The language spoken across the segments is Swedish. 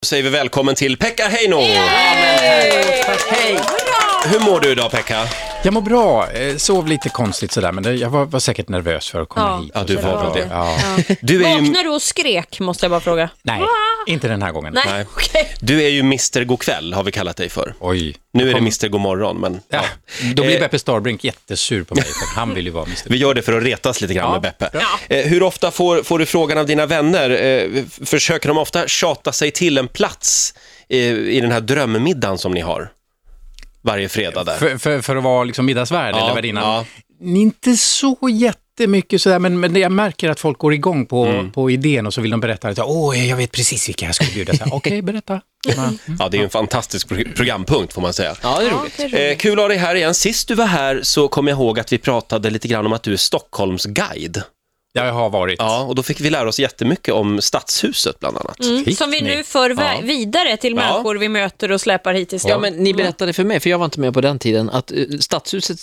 Säger vi välkommen till Pekka Heino. Hej! Hur mår du idag, Pekka? Jag mår bra. Sov lite konstigt sådär, men jag var säkert nervös för att komma hit. Ja, du var det. Ja. Du är Vaknar du och skrek, måste jag bara fråga? Nej, inte den här gången. Nej. Okay. Du är ju Mr. Godkväll, har vi kallat dig för. Oj. Nu är det Mr. Godmorgon, men... Ja. Då blir Beppe Starbrink jättesur på mig, för han vill ju vara Mr. Vi gör det för att retas lite grann med Beppe. Ja. Hur ofta får du frågan av dina vänner? Försöker de ofta tjata sig till en plats i den här drömmiddagen som ni har? Varje fredag där. För att vara liksom middagsvärd eller värdinnan. Ja. Inte så jättemycket sådär, men jag märker att folk går igång på idén och så vill de berätta att jag vet precis vilka jag skulle bjuda. Okej, berätta. Ja, det är en fantastisk programpunkt får man säga. Ja, det är roligt. Kul att ha dig här igen. Sist du var här så kom jag ihåg att vi pratade lite grann om att du är Stockholms guide. Jag har varit. Ja, och då fick vi lära oss jättemycket om Stadshuset bland annat. Som vi nu för vidare till människor vi möter och släpar hit till stan. Ja, men ni berättade för mig, för jag var inte med på den tiden, att Stadshuset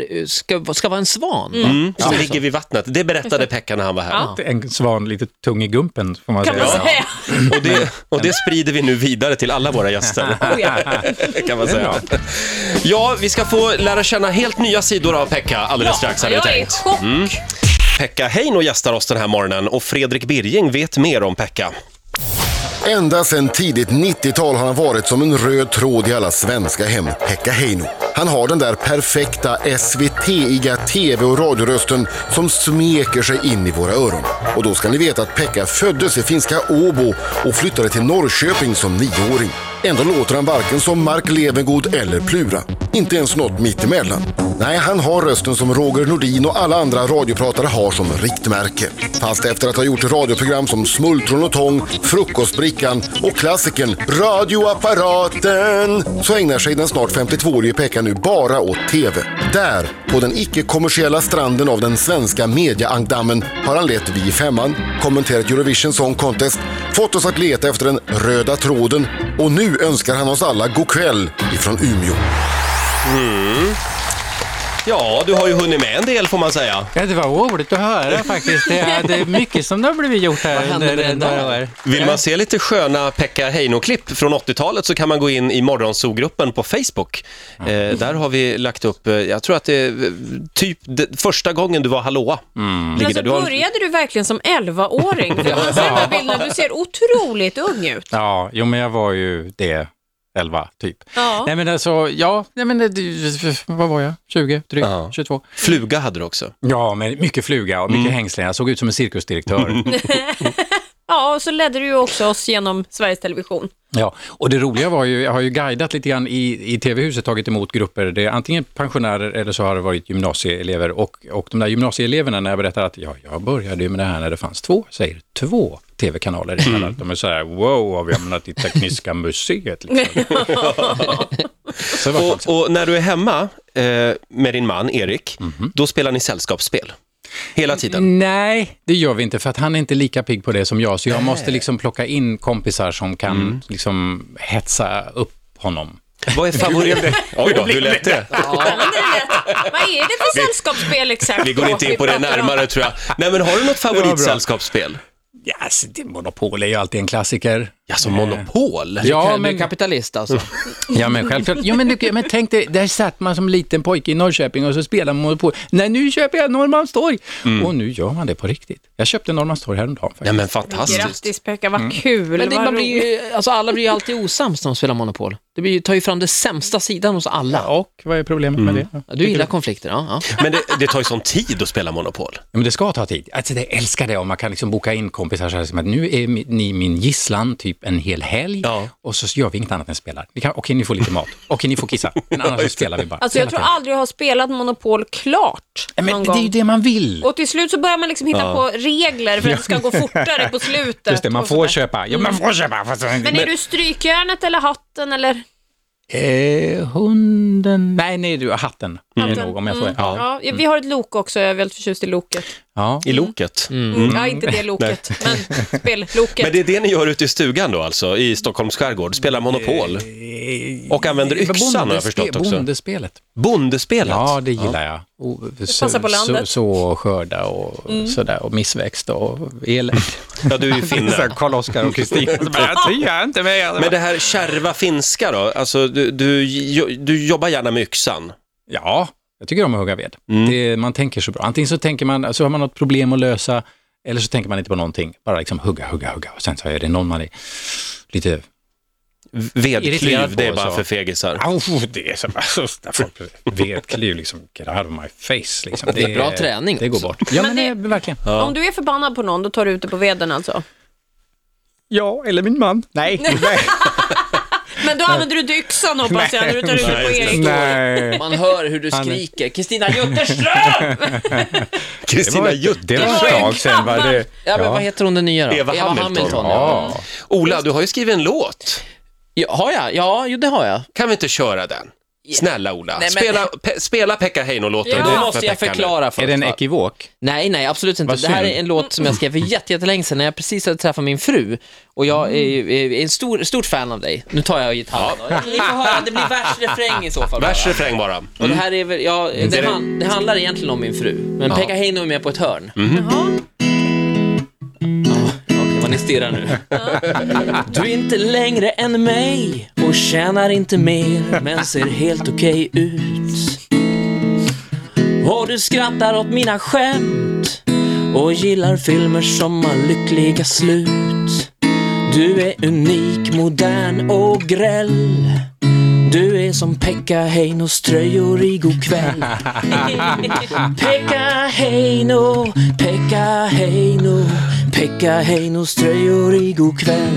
ska vara en svan. Som ligger vid vattnet. Det berättade Pekka när han var här. Ja. En svan lite tung i gumpen, får man Kan säga. man säga. Och det sprider vi nu vidare till alla våra gäster. Kan man säga. Ja, vi ska få lära känna helt nya sidor av Pekka alldeles strax, hade jag Jag är i tänkt. chock. Pekka Heino gästar oss den här morgonen och Fredrik Birging vet mer om Pekka. Ända sedan tidigt 90-tal har han varit som en röd tråd i alla svenska hem, Pekka Heino. Han har den där perfekta SVT-iga tv- och radiorösten som smeker sig in i våra öron. Och då ska ni veta att Pekka föddes i finska Åbo och flyttade till Norrköping som 9-åring. Ändå låter han varken som Mark Levengood eller Plura. Inte ens något mittemellan. Nej, han har rösten som Roger Nordin och alla andra radiopratare har som riktmärke. Fast efter att ha gjort radioprogram som Smultron och Tång, Frukostbrickan och klassikern Radioapparaten så ägnar sig den snart 52-årige Pekka nu bara åt tv. Där, på den icke-kommersiella stranden av den svenska mediaangdammen har han lett Vi i femman, kommenterat Eurovision Song Contest, fått oss att leta efter den röda tråden och nu önskar han oss alla god kväll ifrån Umeå. Ja, du har ju hunnit med en del får man säga. Ja, det var roligt att höra faktiskt. Det är mycket som det har blivit gjort här under några år. Vill man se lite sköna Pekka Heino-klipp från 80-talet så kan man gå in i Morgonzoo-gruppen på Facebook. Där har vi lagt upp, jag tror att det är typ första gången du var hallåa. Men alltså, började du verkligen som 11-åring? För man ser de här bilderna, du ser otroligt ung ut. Ja, men jag var ju det. 11 typ. Ja. Nej men alltså, vad var jag? 20, drygt, 22. Fluga hade du också. Ja, men mycket fluga och mycket hängslen. Jag såg ut som en cirkusdirektör. Ja, och så ledde du ju också oss genom Sveriges Television. Ja, och det roliga var ju, jag har ju guidat lite grann i TV-huset, tagit emot grupper. Det är antingen pensionärer eller så har det varit gymnasieelever. Och de där gymnasieeleverna, när jag berättar att jag började ju med det här när det fanns 2 TV-kanaler i hela landet. De är så här, wow, har vi hamnat i Tekniska museet liksom. Och när du är hemma med din man Erik, då spelar ni sällskapsspel. Hela tiden? Nej, det gör vi inte för att han är inte lika pigg på det som jag. Så jag måste liksom plocka in kompisar som kan liksom hetsa upp honom. Vad är favorit? Oj då, hur lät det? Vad är det för sällskapsspel exakt? Vi går inte in på det närmare tror jag. Nej, men har du något favoritsällskapsspel? Ja, alltså, Monopol är ju alltid en klassiker. Ja, som Monopol? Ja, Men kapitalist alltså. Ja, men självklart. Ja, men tänk dig, där satt man som liten pojke i Norrköping och så spelar man Monopol. Nej, nu köper jag Norrmalmstorg. Och nu gör man det på riktigt. Jag köpte Norrmalmstorg häromdagen faktiskt. Ja, men fantastiskt. Grattis Pekka, vad kul. Men man blir ju, alltså alla blir ju alltid osams när de spelar Monopol. Det tar ju fram det sämsta sidan hos alla. Ja, och vad är problemet med det? Ja, du gillar konflikter, ja. Men det tar ju sån tid att spela Monopol. Ja, men det ska ta tid. Alltså, jag älskar det om man kan liksom boka in kompisar så här, som att nu är ni min gisslan typ en hel helg och så gör vi inget annat än spelar. Okej, ni får lite mat. Okej, ni får kissa. Men annars så spelar vi bara. Alltså jag tror aldrig jag har spelat Monopol klart. Men det är ju det man vill. Och till slut så börjar man liksom hitta på regler för att det ska gå fortare på slutet. Just det, man får köpa. Ja, man får köpa. Men är du strykjärnet eller hatten eller? Hunden. Nej, du har hatten. Nog, om jag får. Ja, vi har ett lok också, jag är väldigt förtjust i loket. Ja. I loket. Ja, inte det loket, men spelloket. Men det är det ni gör ute i stugan då alltså, i Stockholms skärgård? Spelar Monopol? Och använder yxan har jag förstått också. Bondespelet? Ja, det gillar jag. passar på landet. Så skörda och sådär, och missväxt och elände. Ja, du är ju finne. Karl-Oskar och Kristina. Jag tycker inte mer. Men det här kärva finska då? Alltså, du jobbar gärna med yxan. Ja, jag tycker om att hugga ved. Man tänker så bra. Antingen så tänker man, så har man något problem att lösa, eller så tänker man inte på någonting. Bara liksom hugga. Och sen så är det någon man är lite vedklyv, det är bara för fegisar. Det är så vedklyv liksom, get out of my face liksom. Det är bra träning. Det går bort. Ja, men det verkligen. Ja. Om du är förbannad på någon, då tar du ut det på veden alltså? Ja, eller min man. Nej. Men då använder du inte yxan, hoppas jag, när du tar ut det på egen. Nej. Man hör hur du skriker. Kristina Jutterström! Kristina Jutterström. Det var ett tag sedan. Ja, men vad heter hon den nya då? Eva Hamilton. Ja. Ola, du har ju skrivit en låt. Ja, har jag? Ja, det har jag. Kan vi inte köra den? Snälla Ola, Nej, men... spela Pekka Heino-låten. Ja. Det måste jag förklara för. Är det en ekivok? Nej, absolut inte. Det här är en låt som jag skrev för jättelänge sedan när jag precis hade träffat min fru. Och jag är en stort fan av dig. Nu tar jag gitarren. Ja. Ni får höra, det blir versrefräng i så fall. Versrefräng bara. Och det här är väl, det handlar egentligen om min fru. Men Pekka Heino är med på ett hörn. Jaha. Okej, vad ni stirrar nu. Du är inte längre än mig och tjänar inte mer, men ser helt okej ut. Och du skrattar åt mina skämt och gillar filmer som har lyckliga slut. Du är unik, modern och gräll. Du är som Pekka Heinos tröjor i god kväll. Pekka Heino, Pekka Heino, Pekka Heinos tröjor i god kväll.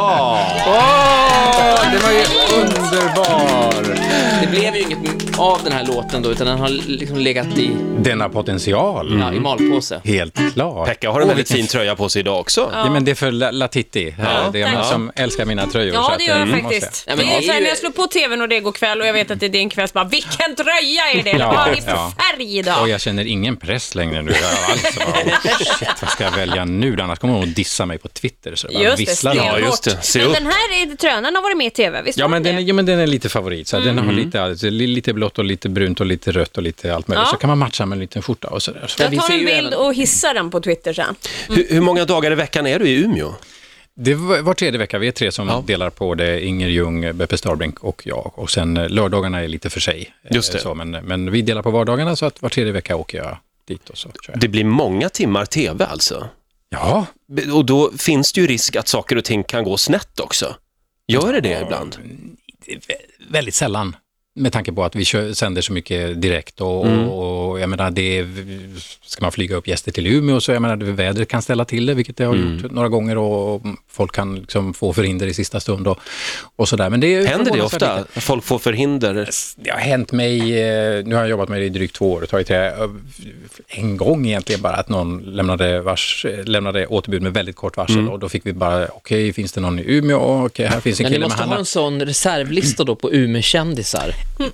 Det var ju underbar. Det blev ju inget av den här låten då, utan den har liksom legat i... Denna potential. I malpåse. Helt klart. Pekka har en väldigt fin tröja på sig idag också. Ja, men det är för Latitti. Det är man som älskar mina tröjor. Ja, så det gör jag faktiskt. Ja, Det men är det så här, är ju- när jag slår på tvn och det går kväll och jag vet att det är din kväll, så bara, vilken tröja är det? Vad har ni för färg idag? Och jag känner ingen press längre nu. Shit, vad ska jag välja nu? Annars kommer hon att dissa mig på Twitter. Så bara Just det, visslar. Ja, just det. Se Men upp. den här tröjan har varit med i tv, visst? Ja, var men det? den är lite favorit. Så den har lite blått och lite brunt och lite rött och lite allt möjligt. Ja. Så kan man matcha med en liten skjorta och sådär. Ja, Jag vi tar ser en ju bild även- och hissar den på Twitter sen. Hur många dagar i veckan är du i Umeå? Det var tredje vecka. Vi är 3 som delar på det. Inger Ljung, Beppe Starbrink och jag. Och sen lördagarna är lite för sig. Just det. Så, men vi delar på vardagarna, så att var tredje vecka åker jag dit och så kör jag. Det blir många timmar tv alltså. Ja. Och då finns det ju risk att saker och ting kan gå snett också. Gör det ibland? Väldigt sällan. Med tanke på att vi sänder så mycket direkt och jag menar, ska man flyga upp gäster till Umeå, så jag menar, vädret kan ställa till det, vilket det har gjort några gånger, och folk kan liksom få förhinder i sista stund och sådär. Men det Händer det ofta? Folk får förhinder? Det har hänt mig, nu har jag jobbat med det i drygt 2 år, tagit en gång egentligen bara, att någon lämnade återbud med väldigt kort varsel, och då fick vi bara, okej, finns det någon i Umeå? Okej, här finns en Men ni kille måste med ha en sån reservlista då på Umeå-kändisar.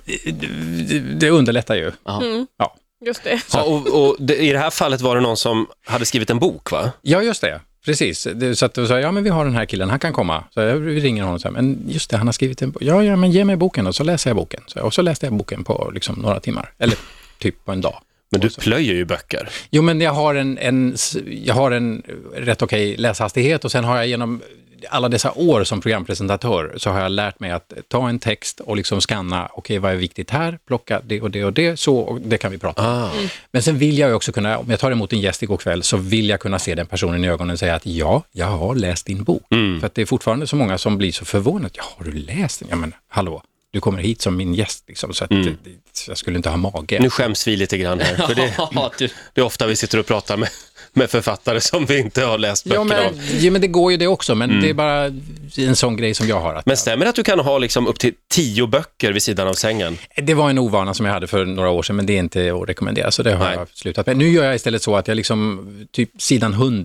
Det underlättar ju. Ja. Just det. Ja, och i det här fallet var det någon som hade skrivit en bok, va? Ja, just det. Precis. Så att du sa, ja men vi har den här killen, han kan komma. Så vi ringer honom och säger, men just det, han har skrivit en bok. Ja, men ge mig boken, och så läser jag boken. Och så läste jag boken på liksom några timmar. Eller typ på en dag. Men du plöjer ju böcker. Jo, men jag har en rätt okej läshastighet, och sen har jag genom alla dessa år som programpresentatör så har jag lärt mig att ta en text och liksom skanna, okej, vad är viktigt här, plocka det och det och det, så, och det kan vi prata om. Men sen vill jag ju också kunna, om jag tar emot en gäst igår kväll, så vill jag kunna se den personen i ögonen och säga att ja, jag har läst din bok. För att det är fortfarande så många som blir så förvånade, ja, har du läst den? Ja, men hallå, du kommer hit som min gäst liksom, så att jag skulle inte ha mage. Nu skäms vi lite grann här, för det är ofta vi sitter och pratar med författare som vi inte har läst böckerna av. Ja, men det går ju det också, men det är bara en sån grej som jag har. Att Men stämmer det att du kan ha liksom upp till 10 böcker vid sidan av sängen? Det var en ovana som jag hade för några år sedan, men det är inte att rekommendera, så det har jag slutat med. Nu gör jag istället så att jag liksom, typ sidan 100,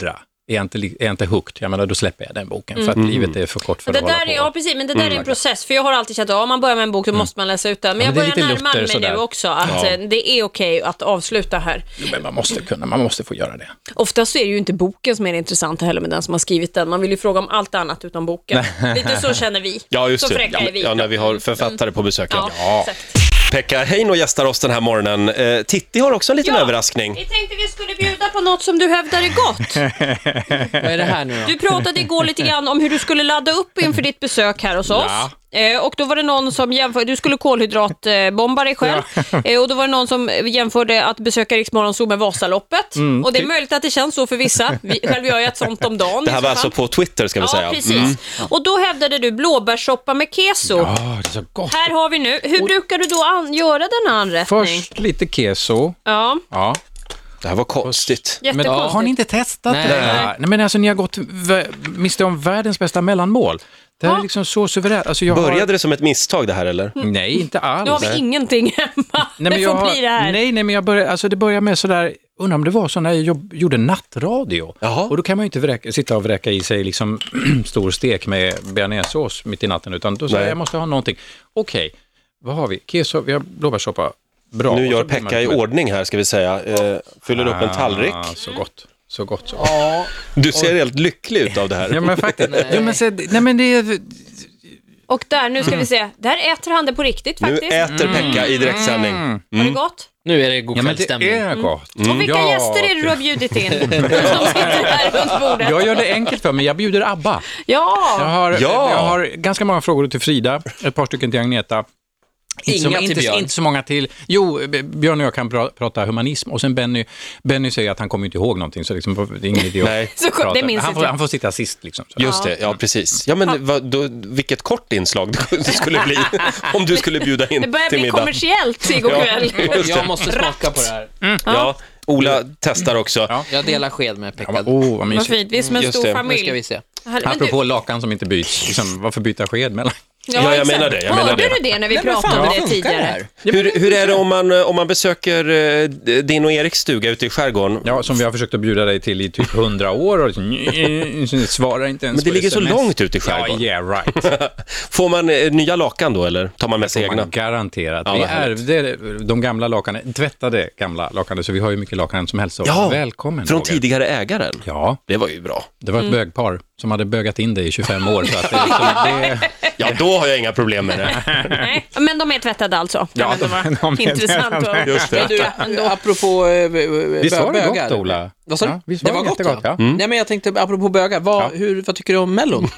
är jag inte hooked, jag menar, då släpper jag den boken för att livet är för kort för att hålla på. Ja, precis, men det där är en process, för jag har alltid känt att om man börjar med en bok så måste man läsa ut den. Men jag börjar närma mig nu också att det är okej att avsluta här. Jo, men man måste få göra det. Oftast är det ju inte boken som är intressant heller med den som har skrivit den. Man vill ju fråga om allt annat utan boken. Lite så känner vi. Ja, just så det. fräcka är vi. Ja, när vi har författare på besök. Ja, exakt. Pekka Heino gästar oss den här morgonen. Titti har också en liten överraskning. Vi tänkte vi skulle bjuda på något som du hävdar är gott. Vad är det här nu då? Du pratade igår lite grann om hur du skulle ladda upp inför ditt besök här hos oss. Och då var det någon som jämförde, du skulle kolhydratbomba dig själv. Och då var det någon som jämförde att besöka Rix Morgonzoo med Vasaloppet. Och det är möjligt att det känns så för vissa. Själv gör jag ett sånt om dagen. Det här var alltså på Twitter, ska vi säga. Ja, precis. Och då hävdade du blåbärssoppa med keso. Ja, det är så gott. Här har vi nu. Hur brukar du då göra den här anrättning? Först lite keso. Ja, Det här var konstigt. Men jättekonstigt. har ni inte testat Nej. det? Nej, men alltså ni har gått miste om världens bästa mellanmål. Det är liksom så suveränt. Alltså, Började det som ett misstag det här, eller? Nej, inte alls. Nu har vi ingenting hemma. Nej, det får bli det här. Nej, men det började med sådär, undrar om det var så när jag gjorde nattradio. Jaha. Och då kan man ju inte sitta och vräka i sig liksom stor stek med bearnaisesås mitt i natten, utan då sa jag måste ha någonting. Okej, vad har vi? Keso, vi har blåbärssoppa. Bra. Nu gör Pekka i ordning här, ska vi säga. Fyller upp en tallrik. Så gott. Så gott. Du ser helt lycklig ut av det här. Ja, men faktiskt. Nej, men det är... Och där, nu ska vi se. Där äter han det på riktigt Nu faktiskt. äter Pekka i direktsändning. Var det gott? Nu är det god Ja, men det kvällsstämning. är gott. Och vilka gäster är det du har bjudit in? Som sitter här runt bordet. Jag gör det enkelt för mig. Jag bjuder ABBA. Ja. Jag har ganska många frågor till Frida, ett par stycken till Agneta. Inte så många till. Jo, Björn och jag kan prata humanism, och sen Benny säger att han kommer inte ihåg någonting, så liksom, det är ingen idé Nej. Så prata. det minns inte jag. Han får sitta sist liksom. Så. Just det, ja precis. Ja, men vilket kort inslag det skulle bli om du skulle bjuda in Det börjar till bli middag. kommersiellt igår kväll. Jag måste smaka på det här. Ja, Ola testar också. Ja. Jag delar sked med Pekka. Vad Vad mysigt. fint, vi är som en Just stor det. Nu ska familj. vi se. Men Apropå lakan som inte byts. Liksom, varför byta sked mellan? Ja, jag exakt. menar det. Hörde du det när vi pratade om det tidigare? Hur är det om man besöker din och Eriks stuga ute i skärgården? Ja, som vi har försökt att bjuda dig till i typ 100 år. Och svarar inte ens. Men det på ligger så SMS. långt ut i skärgården. Ja, yeah, right. Får man nya lakan då, eller tar man med sig egna? Garanterat. Ja, Vi vad härligt. ärvde de gamla lakanen, tvättade gamla lakanen, så vi har ju mycket lakan som helst. Så Ja, välkommen. från Roger. tidigare ägaren. Ja, Det var ju bra. det var ett bögpar som hade bögat in det i 25 år. Så att det, liksom, Ja, då har jag inga problem med det. Nej, men de är tvättade alltså. Ja, Men det var de är intressant tvättade. att Just det. veta ändå. Apropå Visst var det bögar. gott, Ola? Vad sa du? Ja, visst Det var var det gott, jättegott, ja. ja. Nej, men jag tänkte, apropå bögar, vad tycker du om Mellon?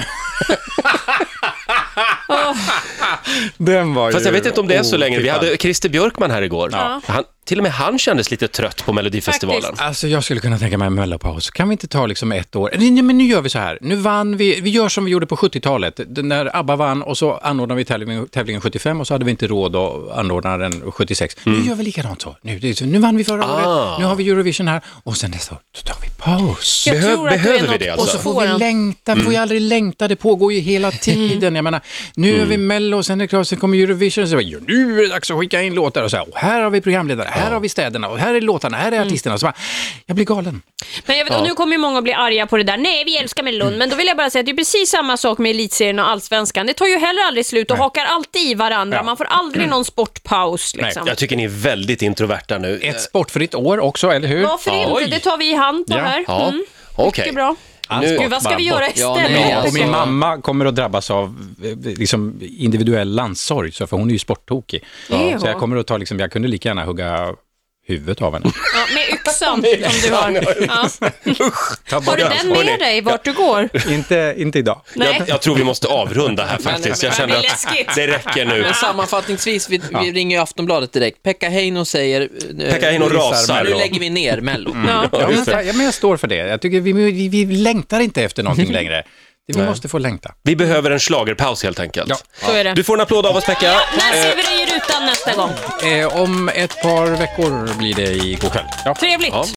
Den var Fast jag vet inte om det är så länge. Vi otippad. hade Christer Björkman här igår. Ja. Till och med han kändes lite trött på Melodifestivalen. Faktiskt. Alltså jag skulle kunna tänka mig en mellopaus. Kan vi inte ta liksom ett år? Nej, men nu gör vi så här. Nu vann vi gör som vi gjorde på 70-talet. När ABBA vann och så anordnade vi tävlingen 75 och så hade vi inte råd att anordna den 76. Nu gör vi likadant så. Nu vann vi förra året. Nu har vi Eurovision här. Och sen nästa år, då tar vi paus. Jag tror att du är behöver vi något det på alltså? Och så får vi spåren. längta, får ju aldrig längta, det pågår ju hela tiden. Jag menar, nu är vi Mello och sen är det klart, sen kommer Eurovision och så bara, nu är det dags att skicka in låtar och så här, och här har vi programledare, här har vi städerna och här är låtarna, här är artisterna. Så bara, jag blir galen. Men jag vet, och nu kommer ju många att bli arga på det där. Nej, vi älskar Mellon. Men då vill jag bara säga att det är precis samma sak med elitserien och allsvenskan. Det tar ju heller aldrig slut och hakar alltid i varandra. Ja. Man får aldrig någon sportpaus liksom. Jag tycker ni är väldigt introverta nu. Ett sportfritt år också, eller hur? Varför inte? Oj. Det tar vi i hand på Ja. här. Ja, okej. Mycket bra. Nu- Gud, vad ska vi göra Ja, istället? nej, Och alltså. min mamma kommer att drabbas av liksom, individuell landssorg, så för hon är ju sporttokig. Ja. Så jag kommer att ta, liksom, jag kunde lika gärna hugga huvudet av henne. Ja, med yxan som du har. Ja. Har du den med dig vart du går? inte idag. Nej. Jag tror vi måste avrunda här faktiskt. Jag men känner det är att läskigt. det räcker nu. Men sammanfattningsvis, vi ringer ju Aftonbladet direkt. Pekka Heino säger... Pekka Heino rasar. Nu lägger vi ner Mello. Ja. Men jag står för det. Jag tycker vi längtar inte efter någonting längre. Vi måste få längta. Vi behöver en schlagerpaus helt enkelt. Ja. Så är det. Du får en applåd av oss, Pekka. När ser vi dig i rutan nästa gång? Om ett par veckor blir det i god kväll. Ja. Trevligt. Ja,